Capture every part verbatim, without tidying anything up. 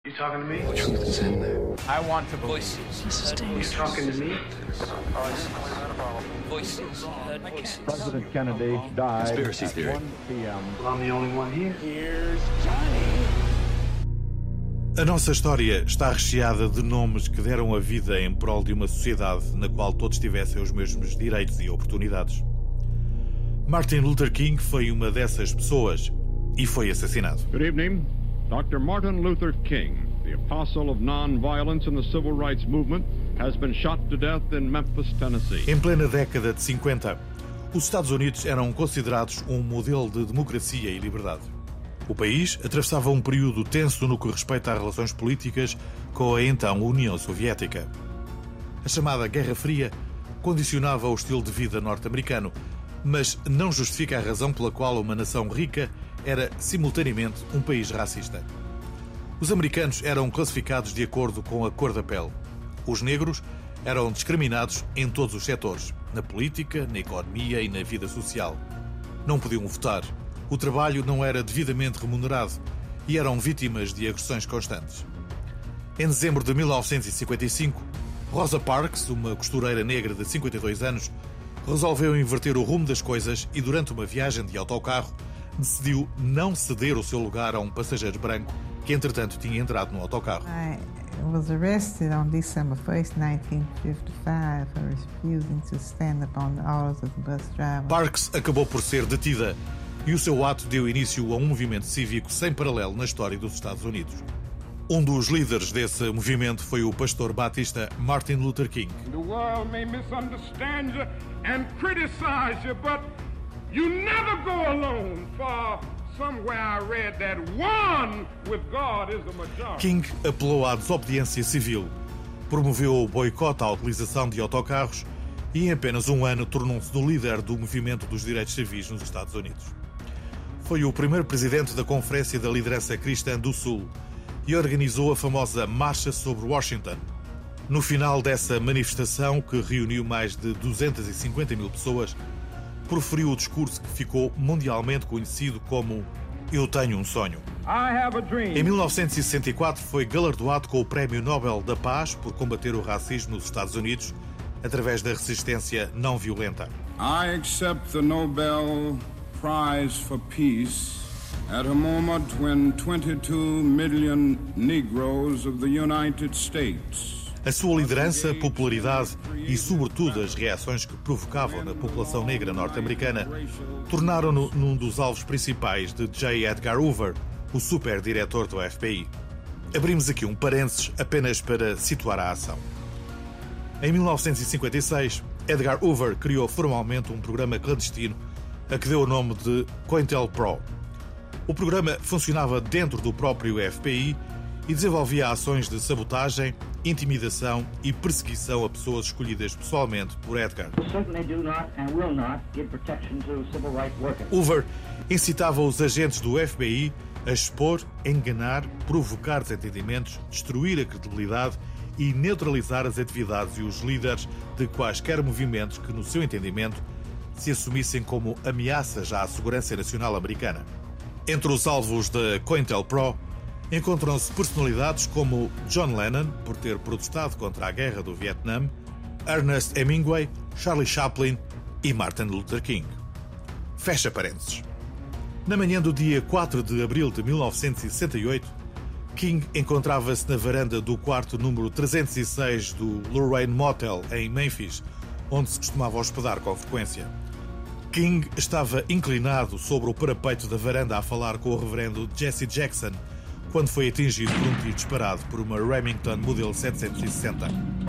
You talking to me? The truth is in there. I want to voices. This is dangerous. You talking to me? Voices. Heard voices. President Kennedy died Conspiracy at theory. one p.m. Well, I'm the only one here. Here's Johnny. A nossa história está recheada de nomes que deram a vida em prol de uma sociedade na qual todos tivessem os mesmos direitos e oportunidades. Martin Luther King foi uma dessas pessoas e foi assassinado. Good evening. Doctor Martin Luther King, the apostle of non-violence in the civil rights movement, has been shot to death in Memphis, Tennessee. Em plena década de cinquenta, os Estados Unidos eram considerados um modelo de democracia e liberdade. O país atravessava um período tenso no que respeita a relações políticas com a então União Soviética. A chamada Guerra Fria condicionava o estilo de vida norte-americano, mas não justifica a razão pela qual uma nação rica era, simultaneamente, um país racista. Os americanos eram classificados de acordo com a cor da pele. Os negros eram discriminados em todos os setores, na política, na economia e na vida social. Não podiam votar, o trabalho não era devidamente remunerado e eram vítimas de agressões constantes. Em dezembro de mil novecentos e cinquenta e cinco, Rosa Parks, uma costureira negra de cinquenta e dois anos, resolveu inverter o rumo das coisas e, durante uma viagem de autocarro, decidiu não ceder o seu lugar a um passageiro branco que, entretanto, tinha entrado no autocarro. I was arrested on December first, nineteen fifty-five for refusing to stand upon the orders of the bus driver. Parks acabou por ser detida e o seu ato deu início a um movimento cívico sem paralelo na história dos Estados Unidos. Um dos líderes desse movimento foi o pastor batista Martin Luther King. The world may misunderstand you and criticize you, but you never go alone. For somewhere I read that one with God is the majority. King apelou à desobediência civil, promoveu o boicote à utilização de autocarros e em apenas um ano tornou-se no líder do movimento dos direitos civis nos Estados Unidos. Foi o primeiro presidente da Conferência da Liderança Cristã do Sul e organizou a famosa Marcha sobre Washington. No final dessa manifestação, que reuniu mais de duzentas e cinquenta mil pessoas, proferiu o discurso que ficou mundialmente conhecido como Eu Tenho um Sonho. I have a dream. Em mil novecentos e sessenta e quatro foi galardoado com o Prémio Nobel da Paz por combater o racismo nos Estados Unidos através da resistência não violenta. I accept the Nobel Prize for Peace at a moment when twenty-two million Negroes of the United States. A sua liderança, popularidade e, sobretudo, as reações que provocavam na população negra norte-americana tornaram-no num dos alvos principais de J. Edgar Hoover, o superdiretor do F B I. Abrimos aqui um parênteses apenas para situar a ação. Em mil novecentos e cinquenta e seis, Edgar Hoover criou formalmente um programa clandestino a que deu o nome de COINTELPRO. O programa funcionava dentro do próprio F B I e desenvolvia ações de sabotagem, intimidação e perseguição a pessoas escolhidas pessoalmente por Edgar. Hoover incitava os agentes do F B I a expor, enganar, provocar desentendimentos, destruir a credibilidade e neutralizar as atividades e os líderes de quaisquer movimentos que, no seu entendimento, se assumissem como ameaças à segurança nacional americana. Entre os alvos da COINTELPRO encontram-se personalidades como John Lennon, por ter protestado contra a guerra do Vietnã, Ernest Hemingway, Charlie Chaplin e Martin Luther King. Fecha parênteses. Na manhã do dia quatro de abril de mil novecentos e sessenta e oito, King encontrava-se na varanda do quarto número trezentos e seis do Lorraine Motel, em Memphis, onde se costumava hospedar com frequência. King estava inclinado sobre o parapeito da varanda a falar com o reverendo Jesse Jackson, quando foi atingido por um tiro disparado por uma Remington Model setecentos e sessenta.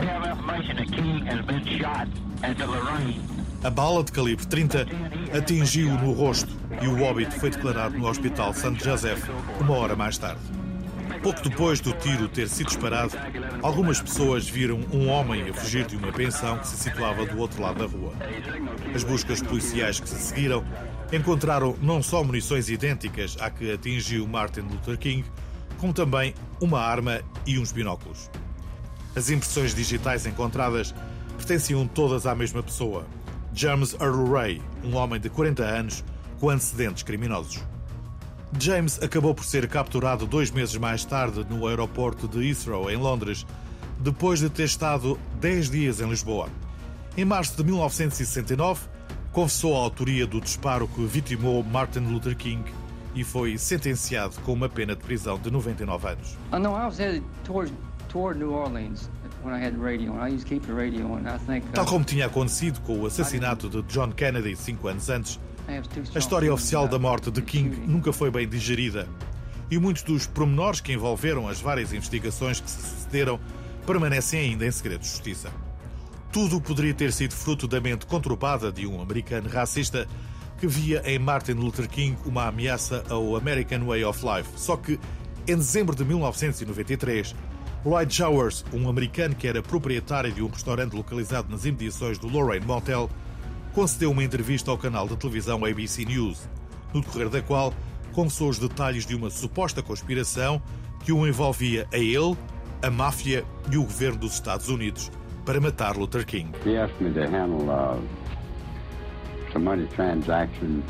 A bala de calibre trinta atingiu-o no rosto e o óbito foi declarado no Hospital Saint Joseph uma hora mais tarde. Pouco depois do tiro ter sido disparado, algumas pessoas viram um homem a fugir de uma pensão que se situava do outro lado da rua. As buscas policiais que se seguiram encontraram não só munições idênticas à que atingiu Martin Luther King, como também uma arma e uns binóculos. As impressões digitais encontradas pertenciam todas à mesma pessoa, James Earl Ray, um homem de quarenta anos com antecedentes criminosos. James acabou por ser capturado dois meses mais tarde no aeroporto de Heathrow, em Londres, depois de ter estado dez dias em Lisboa. Em março de mil novecentos e sessenta e nove, confessou a autoria do disparo que vitimou Martin Luther King e foi sentenciado com uma pena de prisão de noventa e nove anos. I know I was headed toward, toward New Orleans when I had radio, and I used to keep the radio, and I think... Uh, Tal como tinha acontecido com o assassinato de John Kennedy cinco anos antes, a história oficial da morte de King nunca foi bem digerida e muitos dos pormenores que envolveram as várias investigações que se sucederam permanecem ainda em segredo de justiça. Tudo poderia ter sido fruto da mente conturbada de um americano racista que via em Martin Luther King uma ameaça ao American Way of Life. Só que, em dezembro de mil novecentos e noventa e três, Lloyd Jowers, um americano que era proprietário de um restaurante localizado nas imediações do Lorraine Motel, concedeu uma entrevista ao canal de televisão A B C News, no decorrer da qual confessou os detalhes de uma suposta conspiração que o envolvia a ele, a máfia e o governo dos Estados Unidos para matar Luther King. He asked me to handle uh, some money transactions,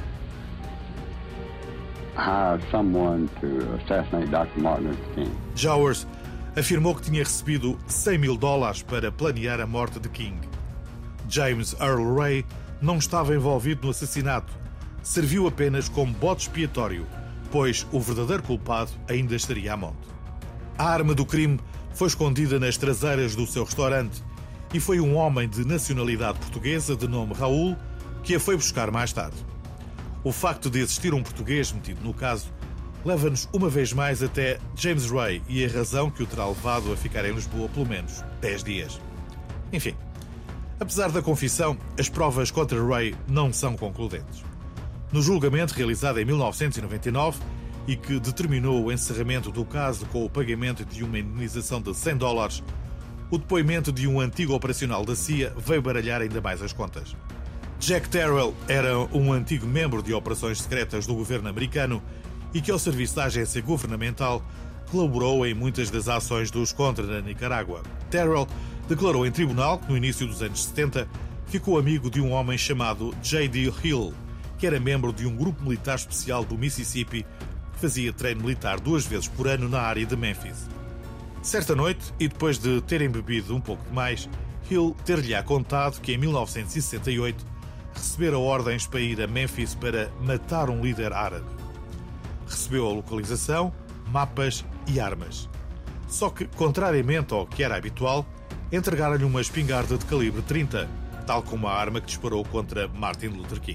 hire someone to assassinate Doctor Martin Luther King. Jowers afirmou que tinha recebido cem mil dólares para planear a morte de King. James Earl Ray não estava envolvido no assassinato, serviu apenas como bode expiatório, pois o verdadeiro culpado ainda estaria à monte. A arma do crime foi escondida nas traseiras do seu restaurante e foi um homem de nacionalidade portuguesa de nome Raul que a foi buscar mais tarde. O facto de existir um português metido no caso leva-nos uma vez mais até James Ray e a razão que o terá levado a ficar em Lisboa pelo menos dez dias. Enfim, apesar da confissão, as provas contra Ray não são concludentes. No julgamento realizado em mil novecentos e noventa e nove e que determinou o encerramento do caso com o pagamento de uma indenização de cem dólares, o depoimento de um antigo operacional da C I A veio baralhar ainda mais as contas. Jack Terrell era um antigo membro de operações secretas do governo americano e que, ao serviço da agência governamental, colaborou em muitas das ações dos contra na Nicarágua. Terrell declarou em tribunal que, no início dos anos setenta, ficou amigo de um homem chamado J D Hill, que era membro de um grupo militar especial do Mississippi que fazia treino militar duas vezes por ano na área de Memphis. Certa noite, e depois de terem bebido um pouco demais, Hill ter-lhe-á contado que em mil novecentos e sessenta e oito recebera ordens para ir a Memphis para matar um líder árabe. Recebeu a localização, mapas e armas. Só que, contrariamente ao que era habitual, entregaram-lhe uma espingarda de calibre trinta, tal como a arma que disparou contra Martin Luther King.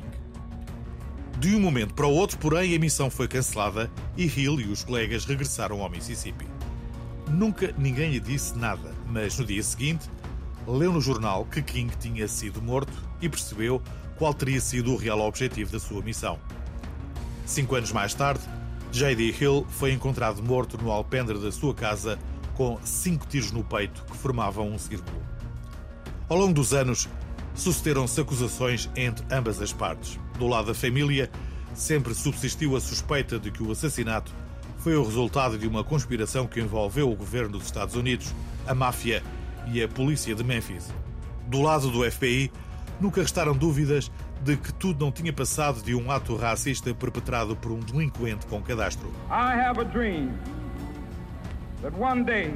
De um momento para o outro, porém, a missão foi cancelada e Hill e os colegas regressaram ao Mississippi. Nunca ninguém lhe disse nada, mas no dia seguinte leu no jornal que King tinha sido morto e percebeu qual teria sido o real objetivo da sua missão. Cinco anos mais tarde, J D Hill foi encontrado morto no alpendre da sua casa com cinco tiros no peito que formavam um círculo. Ao longo dos anos, sucederam-se acusações entre ambas as partes. Do lado da família, sempre subsistiu a suspeita de que o assassinato foi o resultado de uma conspiração que envolveu o governo dos Estados Unidos, a máfia e a polícia de Memphis. Do lado do F B I, nunca restaram dúvidas de que tudo não tinha passado de um ato racista perpetrado por um delinquente com cadastro. I have a dream that one day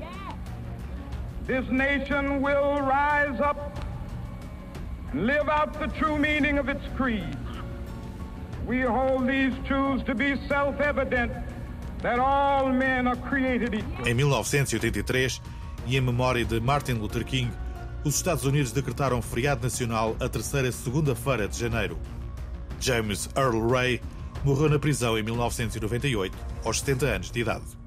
this nation will rise up and live out the true meaning of its creed. We hold these truths to be self-evident that all men are created equal. Em mil novecentos e oitenta e três, e em memória de Martin Luther King, os Estados Unidos decretaram feriado nacional a terceira segunda-feira de janeiro. James Earl Ray morreu na prisão em mil novecentos e noventa e oito, aos setenta anos de idade.